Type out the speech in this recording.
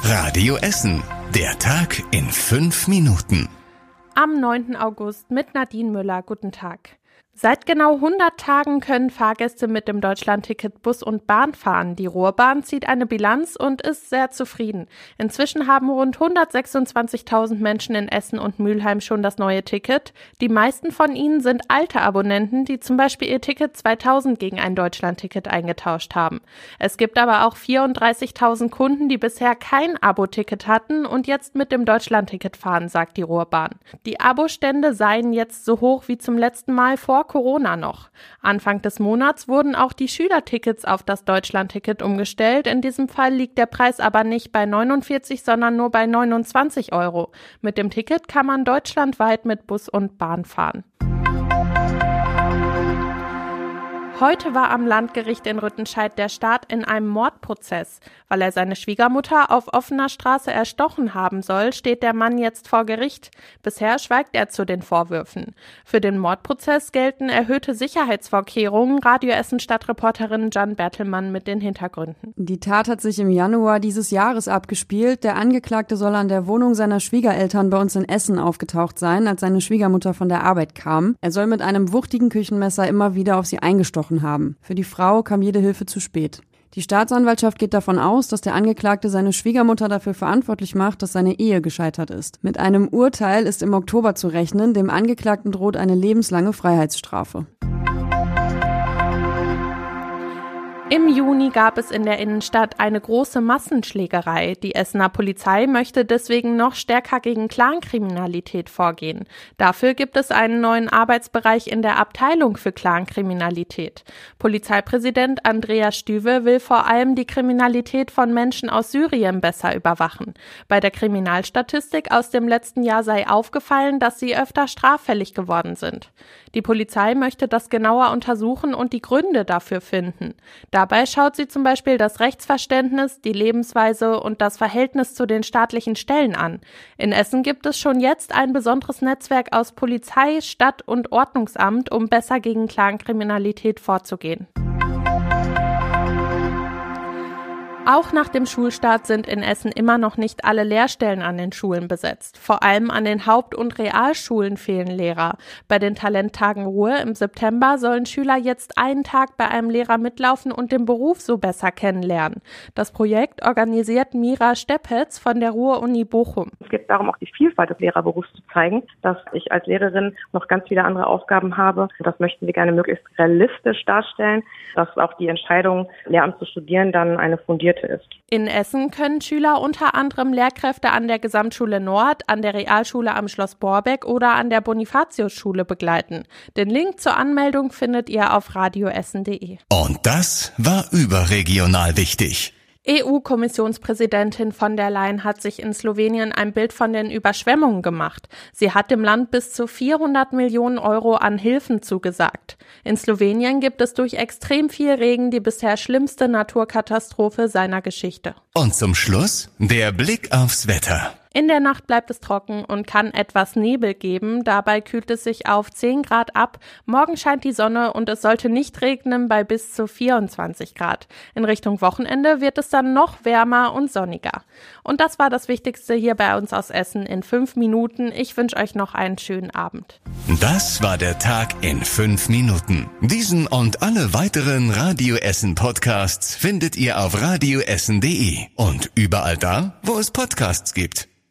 Radio Essen. Der Tag in 5 Minuten. Am 9. August mit Nadine Müller. Guten Tag. Seit genau 100 Tagen können Fahrgäste mit dem Deutschlandticket Bus und Bahn fahren. Die Ruhrbahn zieht eine Bilanz und ist sehr zufrieden. Inzwischen haben rund 126.000 Menschen in Essen und Mülheim schon das neue Ticket. Die meisten von ihnen sind alte Abonnenten, die zum Beispiel ihr Ticket 2000 gegen ein Deutschlandticket eingetauscht haben. Es gibt aber auch 34.000 Kunden, die bisher kein Abo-Ticket hatten und jetzt mit dem Deutschlandticket fahren, sagt die Ruhrbahn. Die Abostände seien jetzt so hoch wie zum letzten Mal vor Corona noch. Anfang des Monats wurden auch die Schülertickets auf das Deutschlandticket umgestellt. In diesem Fall liegt der Preis aber nicht bei 49, sondern nur bei 29 €. Mit dem Ticket kann man deutschlandweit mit Bus und Bahn fahren. Heute war am Landgericht in Rüttenscheid der Staat in einem Mordprozess. Weil er seine Schwiegermutter auf offener Straße erstochen haben soll, steht der Mann jetzt vor Gericht. Bisher schweigt er zu den Vorwürfen. Für den Mordprozess gelten erhöhte Sicherheitsvorkehrungen. Radio Essen Stadtreporterin Jan Bertelmann mit den Hintergründen. Die Tat hat sich im Januar dieses Jahres abgespielt. Der Angeklagte soll an der Wohnung seiner Schwiegereltern bei uns in Essen aufgetaucht sein, als seine Schwiegermutter von der Arbeit kam. Er soll mit einem wuchtigen Küchenmesser immer wieder auf sie eingestochen haben. Für die Frau kam jede Hilfe zu spät. Die Staatsanwaltschaft geht davon aus, dass der Angeklagte seine Schwiegermutter dafür verantwortlich macht, dass seine Ehe gescheitert ist. Mit einem Urteil ist im Oktober zu rechnen. Dem Angeklagten droht eine lebenslange Freiheitsstrafe. Im Juni gab es in der Innenstadt eine große Massenschlägerei. Die Essener Polizei möchte deswegen noch stärker gegen Clankriminalität vorgehen. Dafür gibt es einen neuen Arbeitsbereich in der Abteilung für Clankriminalität. Polizeipräsident Andreas Stüwe will vor allem die Kriminalität von Menschen aus Syrien besser überwachen. Bei der Kriminalstatistik aus dem letzten Jahr sei aufgefallen, dass sie öfter straffällig geworden sind. Die Polizei möchte das genauer untersuchen und die Gründe dafür finden. Dabei schaut sie zum Beispiel das Rechtsverständnis, die Lebensweise und das Verhältnis zu den staatlichen Stellen an. In Essen gibt es schon jetzt ein besonderes Netzwerk aus Polizei, Stadt- und Ordnungsamt, um besser gegen Clankriminalität vorzugehen. Auch nach dem Schulstart sind in Essen immer noch nicht alle Lehrstellen an den Schulen besetzt. Vor allem an den Haupt- und Realschulen fehlen Lehrer. Bei den Talenttagen Ruhe im September sollen Schüler jetzt einen Tag bei einem Lehrer mitlaufen und den Beruf so besser kennenlernen. Das Projekt organisiert Mira Steppetz von der Ruhr-Uni Bochum. Es geht darum, auch die Vielfalt des Lehrerberufs zu zeigen, dass ich als Lehrerin noch ganz viele andere Aufgaben habe. Das möchten wir gerne möglichst realistisch darstellen, dass auch die Entscheidung, Lehramt zu studieren, dann eine fundierte ist. In Essen können Schüler unter anderem Lehrkräfte an der Gesamtschule Nord, an der Realschule am Schloss Borbeck oder an der Bonifatiusschule begleiten. Den Link zur Anmeldung findet ihr auf radioessen.de. Und das war überregional wichtig. EU-Kommissionspräsidentin von der Leyen hat sich in Slowenien ein Bild von den Überschwemmungen gemacht. Sie hat dem Land bis zu 400 Millionen € an Hilfen zugesagt. In Slowenien gibt es durch extrem viel Regen die bisher schlimmste Naturkatastrophe seiner Geschichte. Und zum Schluss der Blick aufs Wetter. In der Nacht bleibt es trocken und kann etwas Nebel geben. Dabei kühlt es sich auf 10 Grad ab. Morgen scheint die Sonne und es sollte nicht regnen bei bis zu 24 Grad. In Richtung Wochenende wird es dann noch wärmer und sonniger. Und das war das Wichtigste hier bei uns aus Essen in 5 Minuten. Ich wünsche euch noch einen schönen Abend. Das war der Tag in 5 Minuten. Diesen und alle weiteren Radio Essen Podcasts findet ihr auf radioessen.de und überall da, wo es Podcasts gibt.